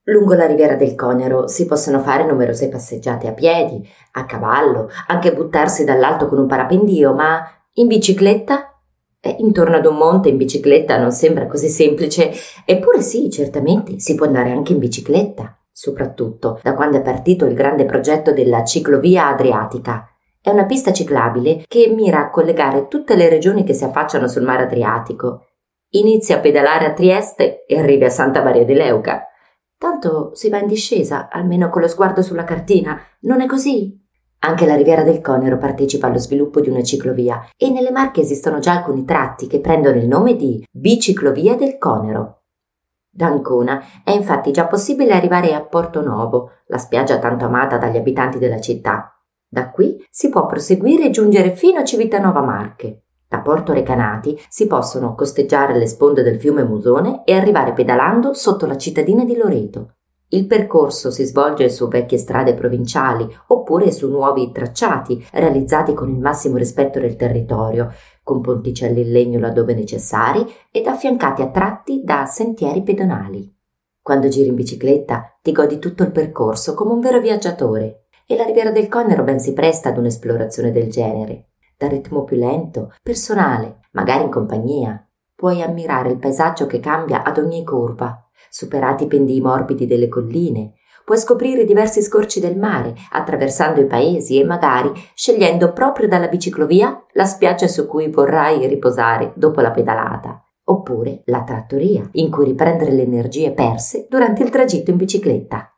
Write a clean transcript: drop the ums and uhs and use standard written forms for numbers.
Lungo la riviera del Conero si possono fare numerose passeggiate a piedi, a cavallo, anche buttarsi dall'alto con un parapendio, ma in bicicletta? Intorno ad un monte in bicicletta non sembra così semplice, eppure sì, certamente si può andare anche in bicicletta, soprattutto da quando è partito il grande progetto della ciclovia adriatica. È una pista ciclabile che mira a collegare tutte le regioni che si affacciano sul mare Adriatico. Inizi a pedalare a Trieste e arrivi a Santa Maria di Leuca. Tanto si va in discesa, almeno con lo sguardo sulla cartina, non è così? Anche la Riviera del Conero partecipa allo sviluppo di una ciclovia e nelle Marche esistono già alcuni tratti che prendono il nome di Biciclovia del Conero. Da Ancona è infatti già possibile arrivare a Porto Novo, la spiaggia tanto amata dagli abitanti della città. Da qui si può proseguire e giungere fino a Civitanova Marche. Da Porto Recanati si possono costeggiare le sponde del fiume Musone e arrivare pedalando sotto la cittadina di Loreto. Il percorso si svolge su vecchie strade provinciali oppure su nuovi tracciati realizzati con il massimo rispetto del territorio, con ponticelli in legno laddove necessari ed affiancati a tratti da sentieri pedonali. Quando giri in bicicletta ti godi tutto il percorso come un vero viaggiatore e la Riviera del Conero ben si presta ad un'esplorazione del genere. Dal ritmo più lento, personale, magari in compagnia. Puoi ammirare il paesaggio che cambia ad ogni curva, superati i pendii morbidi delle colline. Puoi scoprire diversi scorci del mare, attraversando i paesi e magari scegliendo proprio dalla biciclovia la spiaggia su cui vorrai riposare dopo la pedalata. Oppure la trattoria, in cui riprendere le energie perse durante il tragitto in bicicletta.